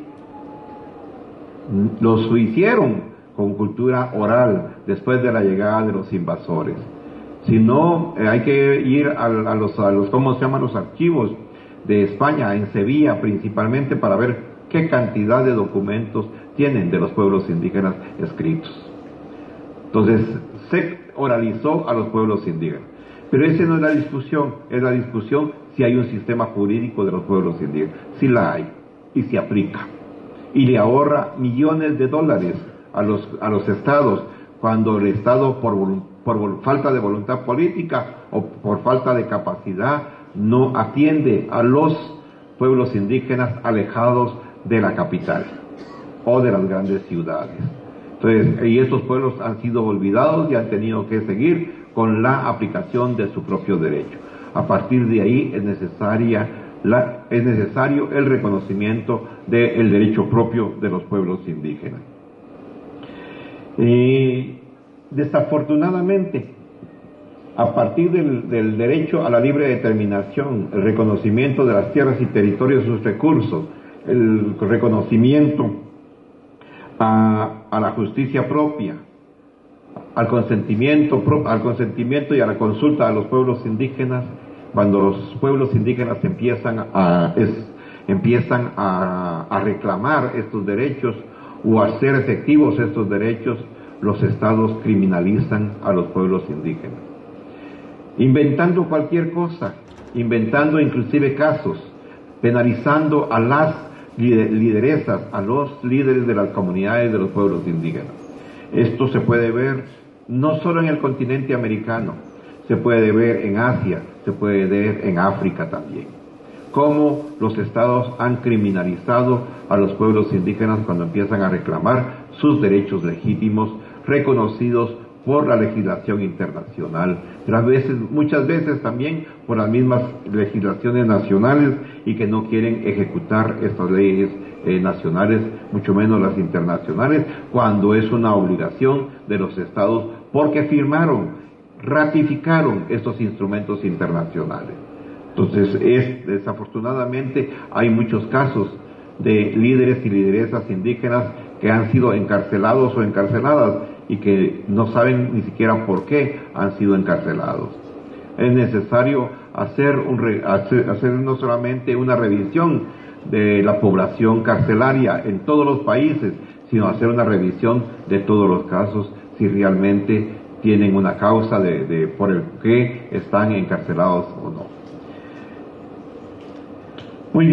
los hicieron con cultura oral después de la llegada de los invasores. Si no, eh, hay que ir a, a, los, a los, ¿cómo se llaman? Los archivos de España, en Sevilla principalmente, para ver qué cantidad de documentos tienen de los pueblos indígenas escritos. Entonces, se oralizó a los pueblos indígenas. Pero esa no es la discusión, es la discusión si hay un sistema jurídico de los pueblos indígenas. Sí la hay, y se aplica. Y le ahorra millones de dólares a los, a los estados, cuando el Estado, por, por falta de voluntad política o por falta de capacidad, no atiende a los pueblos indígenas alejados de la capital o de las grandes ciudades. Entonces, y estos pueblos han sido olvidados y han tenido que seguir con la aplicación de su propio derecho. A partir de ahí es necesaria la, es necesario el reconocimiento del derecho propio de los pueblos indígenas. Y desafortunadamente, a partir del, del derecho a la libre determinación, el reconocimiento de las tierras y territorios y sus recursos, el reconocimiento a, a la justicia propia, al consentimiento, al consentimiento y a la consulta a los pueblos indígenas, cuando los pueblos indígenas empiezan a, es, empiezan a, a reclamar estos derechos o a hacer efectivos estos derechos, los estados criminalizan a los pueblos indígenas, inventando cualquier cosa, inventando inclusive casos, penalizando a las lideresas, a los líderes de las comunidades de los pueblos indígenas. Esto se puede ver no solo en el continente americano, se puede ver en Asia, se puede ver en África también. Cómo los estados han criminalizado a los pueblos indígenas cuando empiezan a reclamar sus derechos legítimos, reconocidos por la legislación internacional, pero a veces, muchas veces también por las mismas legislaciones nacionales, y que no quieren ejecutar estas leyes eh, nacionales, mucho menos las internacionales, cuando es una obligación de los estados, porque firmaron, ratificaron estos instrumentos internacionales. Entonces, es, desafortunadamente, hay muchos casos de líderes y lideresas indígenas que han sido encarcelados o encarceladas y que no saben ni siquiera por qué han sido encarcelados. Es necesario hacer, un re, hacer, hacer no solamente una revisión de la población carcelaria en todos los países, sino hacer una revisión de todos los casos, si realmente tienen una causa de, de por el que están encarcelados o no. Muy bien,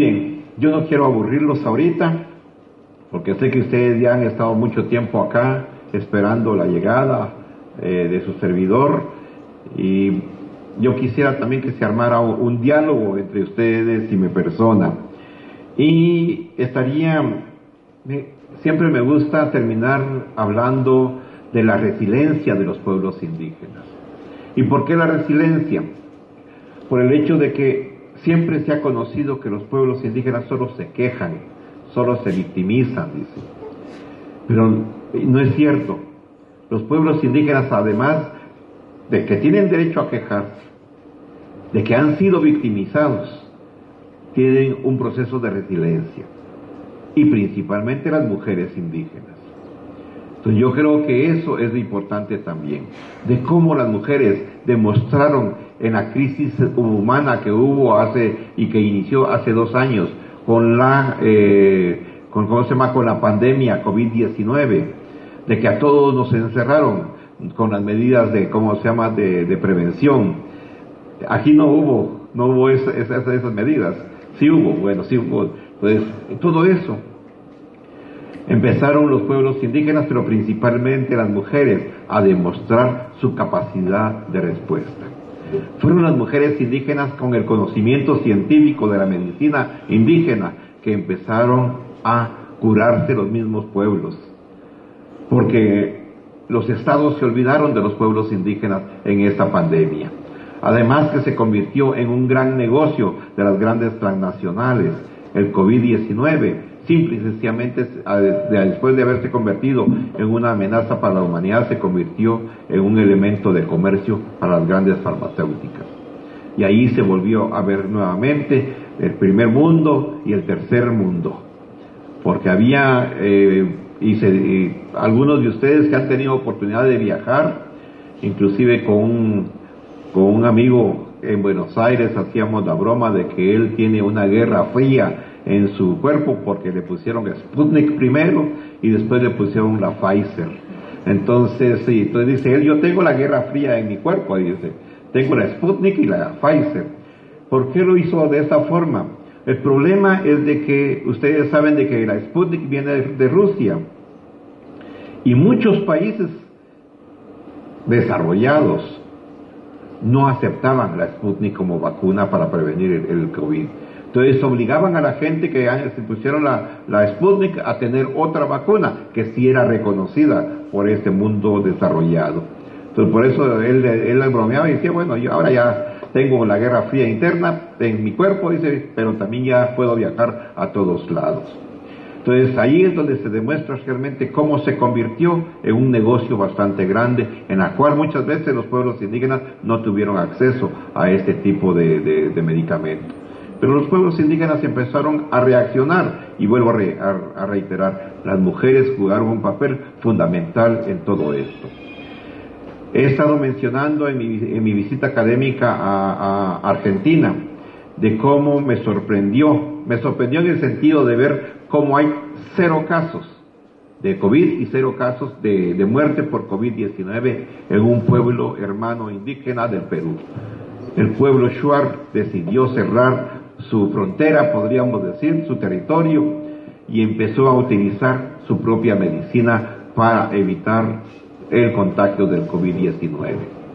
yo no quiero aburrirlos ahorita, porque sé que ustedes ya han estado mucho tiempo acá esperando la llegada eh, de su servidor, y yo quisiera también que se armara un, un diálogo entre ustedes y mi persona. Y estaría, me, siempre me gusta terminar hablando de la resiliencia de los pueblos indígenas. ¿Y por qué la resiliencia? Por el hecho de que siempre se ha conocido que los pueblos indígenas solo se quejan, solo se victimizan, dice. Pero no es cierto. Los pueblos indígenas, además de que tienen derecho a quejarse, de que han sido victimizados, tienen un proceso de resiliencia, y principalmente las mujeres indígenas. Entonces yo creo que eso es importante también, de cómo las mujeres demostraron en la crisis humana que hubo hace y que inició hace dos años con la eh, con cómo se llama con la pandemia COVID diecinueve, de que a todos nos encerraron con las medidas de cómo se llama de, de prevención. Aquí no hubo no hubo esa, esas, esas medidas. Sí hubo, bueno, sí hubo. Pues todo eso. Empezaron los pueblos indígenas, pero principalmente las mujeres, a demostrar su capacidad de respuesta. Fueron las mujeres indígenas con el conocimiento científico de la medicina indígena que empezaron a curarse los mismos pueblos. Porque los estados se olvidaron de los pueblos indígenas en esta pandemia. Además que se convirtió en un gran negocio de las grandes transnacionales, el COVID diecinueve, simple y sencillamente después de haberse convertido en una amenaza para la humanidad, se convirtió en un elemento de comercio para las grandes farmacéuticas. Y ahí se volvió a ver nuevamente el primer mundo y el tercer mundo, porque había, eh, y se, y algunos de ustedes que han tenido oportunidad de viajar, inclusive con un Con un amigo en Buenos Aires hacíamos la broma de que él tiene una guerra fría en su cuerpo porque le pusieron Sputnik primero y después le pusieron la Pfizer. Entonces, sí, entonces dice él, yo tengo la guerra fría en mi cuerpo, y dice, tengo la Sputnik y la Pfizer. ¿Por qué lo hizo de esta forma? El problema es de que ustedes saben de que la Sputnik viene de, de Rusia, y muchos países desarrollados no aceptaban la Sputnik como vacuna para prevenir el, el COVID. Entonces obligaban a la gente que se pusieron la, la Sputnik a tener otra vacuna que sí era reconocida por este mundo desarrollado. Entonces por eso él, él bromeaba y decía, bueno, yo ahora ya tengo la guerra fría interna en mi cuerpo, dice, pero también ya puedo viajar a todos lados. Entonces ahí es donde se demuestra realmente cómo se convirtió en un negocio bastante grande, en la cual muchas veces los pueblos indígenas no tuvieron acceso a este tipo de, de, de medicamentos. Pero los pueblos indígenas empezaron a reaccionar, y vuelvo a, re, a, a reiterar, las mujeres jugaron un papel fundamental en todo esto. He estado mencionando en mi, en mi visita académica a, a Argentina, de cómo me sorprendió, me sorprendió en el sentido de ver cómo hay cero casos de COVID y cero casos de, de muerte por COVID diecinueve en un pueblo hermano indígena del Perú. El pueblo Shuar decidió cerrar su frontera, podríamos decir, su territorio, y empezó a utilizar su propia medicina para evitar el contagio del COVID diecinueve.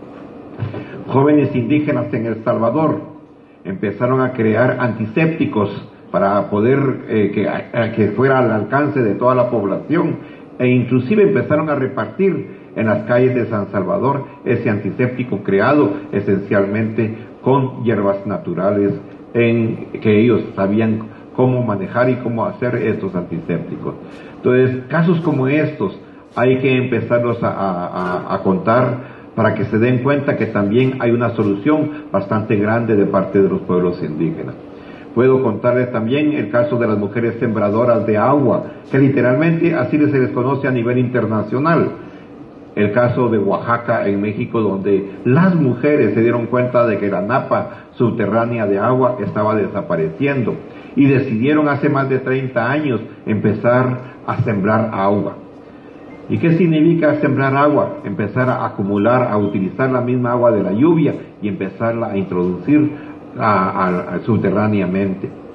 Jóvenes indígenas en El Salvador empezaron a crear antisépticos para poder eh, que, a, que fuera al alcance de toda la población, e inclusive empezaron a repartir en las calles de San Salvador ese antiséptico creado esencialmente con hierbas naturales, en que ellos sabían cómo manejar y cómo hacer estos antisépticos. Entonces, casos como estos hay que empezarlos a, a, a contar para que se den cuenta que también hay una solución bastante grande de parte de los pueblos indígenas. Puedo contarles también el caso de las mujeres sembradoras de agua, que literalmente así se les conoce a nivel internacional. El caso de Oaxaca, en México, donde las mujeres se dieron cuenta de que la napa subterránea de agua estaba desapareciendo y decidieron hace más de treinta años empezar a sembrar agua. ¿Y qué significa sembrar agua? Empezar a acumular, a utilizar la misma agua de la lluvia y empezarla a introducir a, a, a subterráneamente.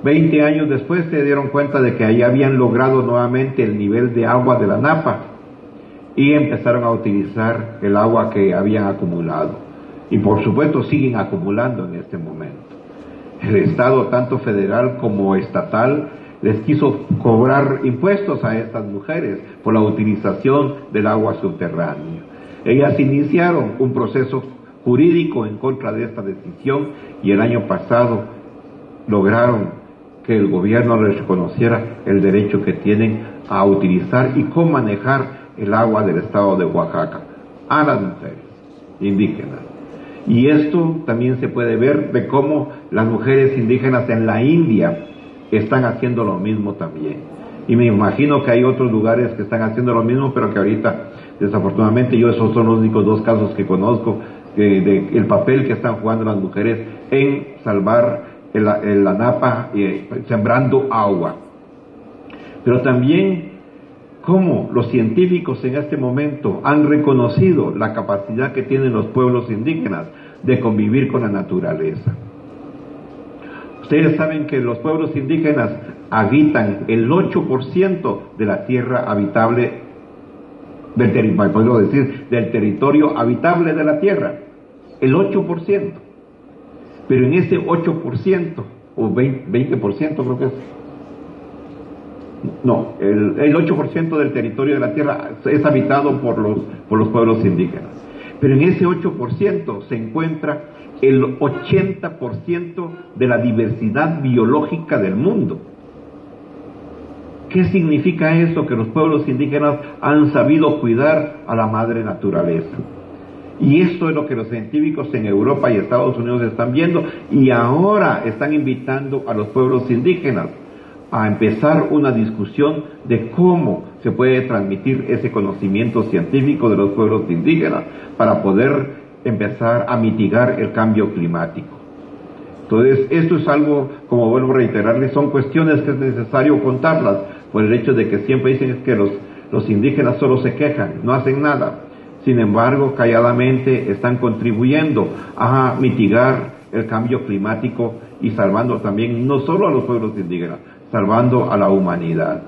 veinte años después se dieron cuenta de que ahí habían logrado nuevamente el nivel de agua de la Napa y empezaron a utilizar el agua que habían acumulado. Y por supuesto siguen acumulando en este momento. El Estado, tanto federal como estatal, les quiso cobrar impuestos a estas mujeres por la utilización del agua subterránea. Ellas iniciaron un proceso jurídico en contra de esta decisión y el año pasado lograron que el gobierno les reconociera el derecho que tienen a utilizar y cómo manejar el agua del estado de Oaxaca a las mujeres indígenas. Y esto también se puede ver de cómo las mujeres indígenas en la India están haciendo lo mismo también. Y me imagino que hay otros lugares que están haciendo lo mismo, pero que ahorita, desafortunadamente, yo esos son los únicos dos casos que conozco de, de el papel que están jugando las mujeres en salvar el, el, la Napa y eh, sembrando agua. Pero también cómo los científicos en este momento han reconocido la capacidad que tienen los pueblos indígenas de convivir con la naturaleza. Ustedes saben que los pueblos indígenas habitan el ocho por ciento de la tierra habitable, del, teri- puedo decir, del territorio habitable de la tierra, el ocho por ciento. Pero en ese ocho por ciento, o veinte por ciento creo que es, no, el, el ocho por ciento del territorio de la tierra es habitado por los, por los pueblos indígenas. Pero en ese ocho por ciento se encuentra el ochenta por ciento de la diversidad biológica del mundo. ¿Qué significa eso? Que los pueblos indígenas han sabido cuidar a la madre naturaleza. Y esto es lo que los científicos en Europa y Estados Unidos están viendo, y ahora están invitando a los pueblos indígenas a empezar una discusión de cómo se puede transmitir ese conocimiento científico de los pueblos indígenas para poder empezar a mitigar el cambio climático. Entonces, esto es algo, como vuelvo a reiterarles, son cuestiones que es necesario contarlas, por el hecho de que siempre dicen que los, los indígenas solo se quejan, no hacen nada. Sin embargo, calladamente están contribuyendo a mitigar el cambio climático y salvando también no solo a los pueblos indígenas, salvando a la humanidad.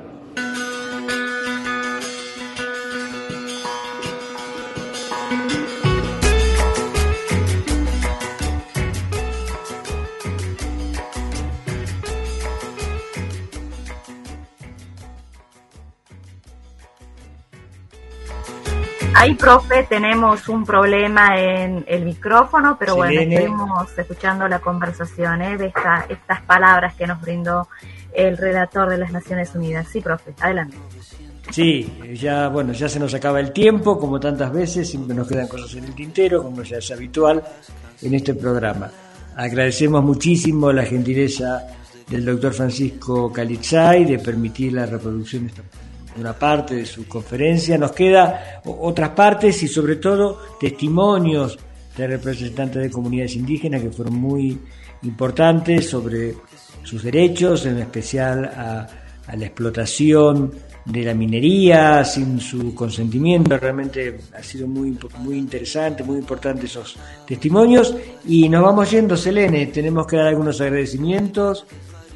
Ahí, profe, tenemos un problema en el micrófono, pero bueno, Selene. estuvimos escuchando la conversación ¿eh? de esta, estas palabras que nos brindó el relator de las Naciones Unidas. Sí, profe, adelante. Sí, ya bueno, ya se nos acaba el tiempo, como tantas veces, siempre nos quedan cosas en el tintero, como ya es habitual en este programa. Agradecemos muchísimo la gentileza del doctor Francisco Calitzay de permitir la reproducción de esta una parte de su conferencia. Nos queda otras partes y sobre todo testimonios de representantes de comunidades indígenas que fueron muy importantes sobre sus derechos, en especial a, a la explotación de la minería sin su consentimiento. Realmente ha sido muy, muy interesante, muy importante esos testimonios. Y nos vamos yendo, Selene, tenemos que dar algunos agradecimientos.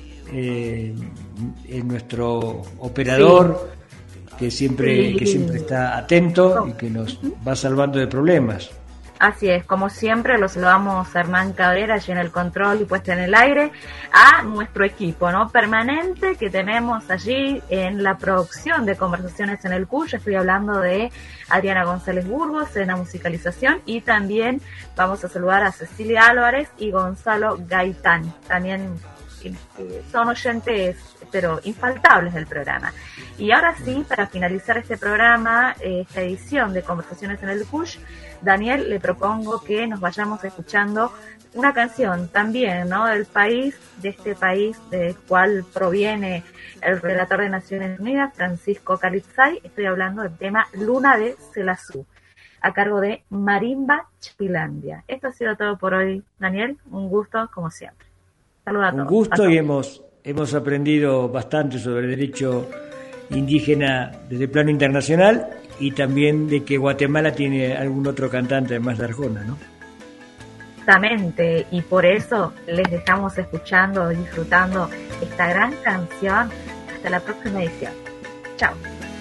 Eh, en nuestro operador, sí. que siempre que siempre está atento y que nos va salvando de problemas. Así es, como siempre, los saludamos a Hernán Cabrera, allí en el control y puesta en el aire, a nuestro equipo no permanente que tenemos allí en la producción de Conversaciones en el Cuyo. Estoy hablando de Adriana González Burgos en la musicalización, y también vamos a saludar a Cecilia Álvarez y Gonzalo Gaitán, también son oyentes pero infaltables del programa. Y ahora sí, para finalizar este programa, esta edición de Conversaciones en el Cush, Daniel, le propongo que nos vayamos escuchando una canción también, ¿no?, del país, de este país del cual proviene el relator de Naciones Unidas, Francisco Calitzay. Estoy hablando del tema Luna de Selazú, a cargo de Marimba Chipilandia. Esto ha sido todo por hoy, Daniel. Un gusto, como siempre. Saludos a todos. Un gusto, y hemos, hemos aprendido bastante sobre el derecho indígena desde el plano internacional, y también de que Guatemala tiene algún otro cantante además de Arjona, ¿no? Exactamente, y por eso les dejamos escuchando, disfrutando esta gran canción. Hasta la próxima edición. Chao.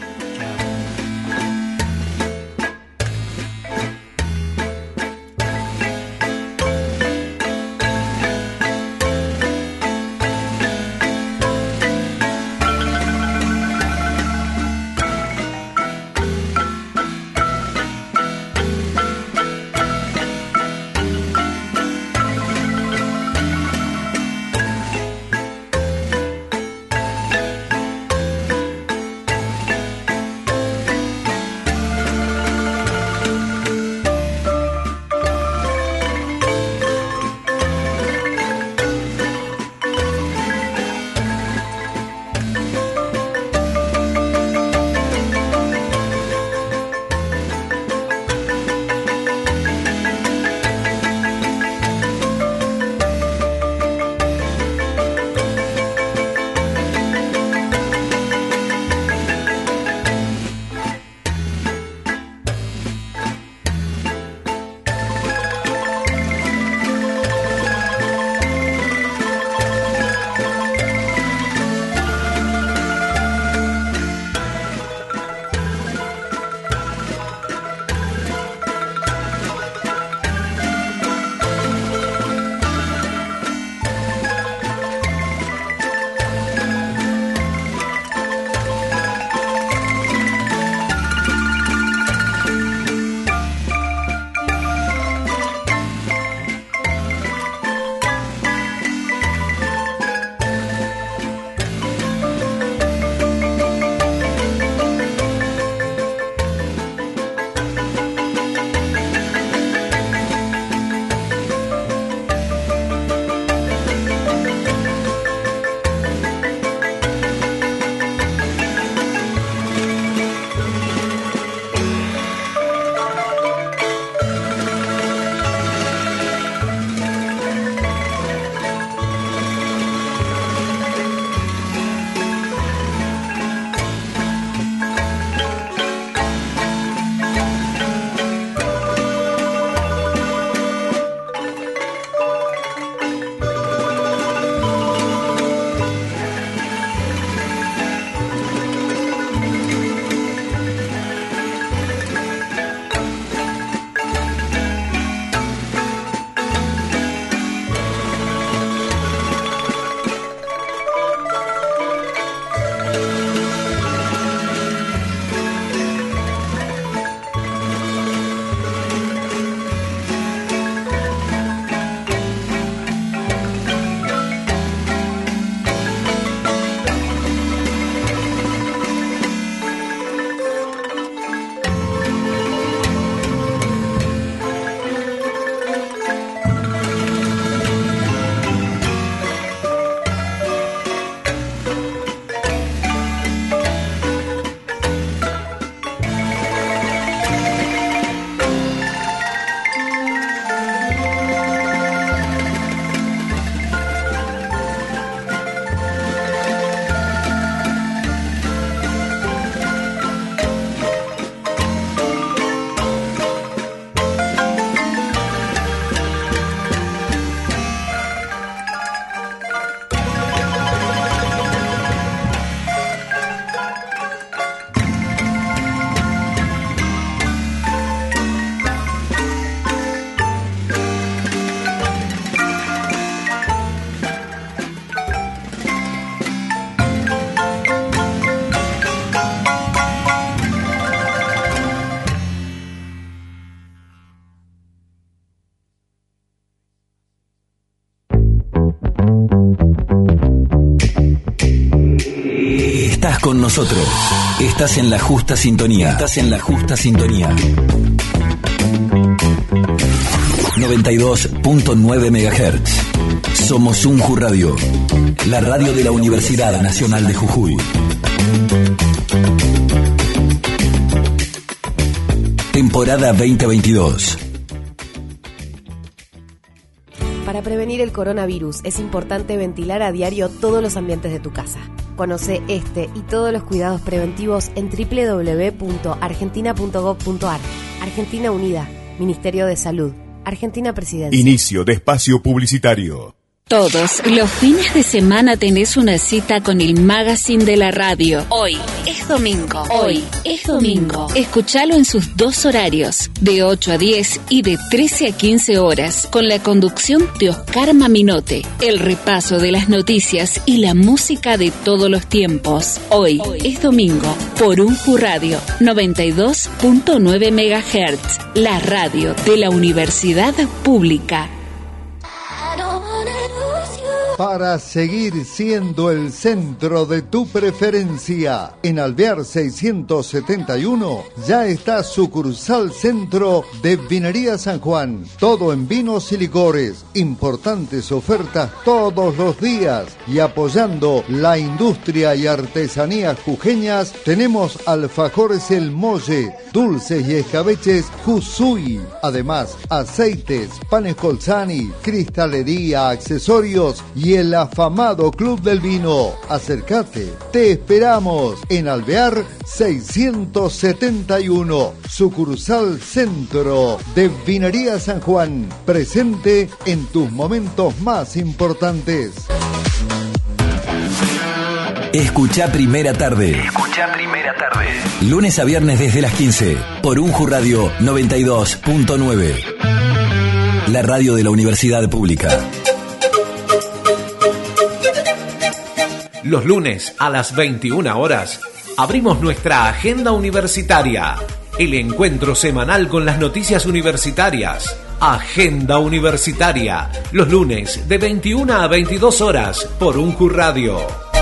con nosotros. Estás en la justa sintonía. Estás en la justa sintonía. noventa y dos punto nueve megahertz. Somos Unju Radio, la radio de la Universidad Nacional de Jujuy. Temporada veinte veintidós. Para prevenir el coronavirus es importante ventilar a diario todos los ambientes de tu casa. Conoce este y todos los cuidados preventivos en doble u doble u doble u punto argentina punto gob punto ar. Argentina Unida, Ministerio de Salud, Argentina Presidencia. Inicio de espacio publicitario. Todos los fines de semana tenés una cita con el magazine de la radio. Hoy es domingo. Hoy es domingo. Escuchalo en sus dos horarios, de ocho a diez y de trece a quince horas, con la conducción de Oscar Maminote, el repaso de las noticias y la música de todos los tiempos. Hoy es domingo, por Unju Radio, noventa y dos punto nueve megahertz, la radio de la Universidad Pública. Para seguir siendo el centro de tu preferencia, en Alvear seiscientos setenta y uno ya está sucursal centro de Vinería San Juan. Todo en vinos y licores, importantes ofertas todos los días. Y apoyando la industria y artesanías jujeñas, tenemos alfajores El Molle, dulces y escabeches Jujuy. Además, aceites, panes Colzani, cristalería, accesorios y el afamado Club del Vino. Acércate, te esperamos en Alvear seiscientos setenta y uno, sucursal centro de Vinería San Juan, presente en tus momentos más importantes. Escucha Primera Tarde. Escucha Primera Tarde. Lunes a viernes desde las quince, por Unju Radio noventa y dos punto nueve. La radio de la Universidad Pública. Los lunes a las veintiuna horas abrimos nuestra agenda universitaria, el encuentro semanal con las noticias universitarias. Agenda Universitaria, los lunes de veintiuna a veintidós horas por Unju Radio.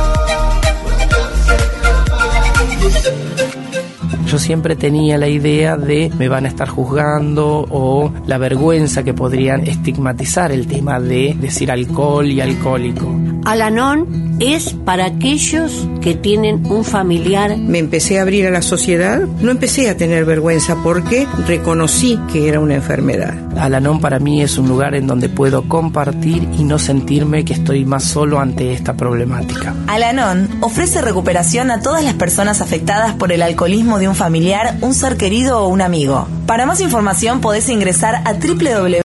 Yo siempre tenía la idea de me van a estar juzgando o la vergüenza que podrían estigmatizar el tema de decir alcohol y alcohólico. Al-Anon es para aquellos que tienen un familiar. Me empecé a abrir a la sociedad, no empecé a tener vergüenza porque reconocí que era una enfermedad. Al-Anon para mí es un lugar en donde puedo compartir y no sentirme que estoy más solo ante esta problemática. Al-Anon ofrece recuperación a todas las personas afectadas por el alcoholismo de un familiar, un ser querido o un amigo. Para más información podés ingresar a doble u doble u doble u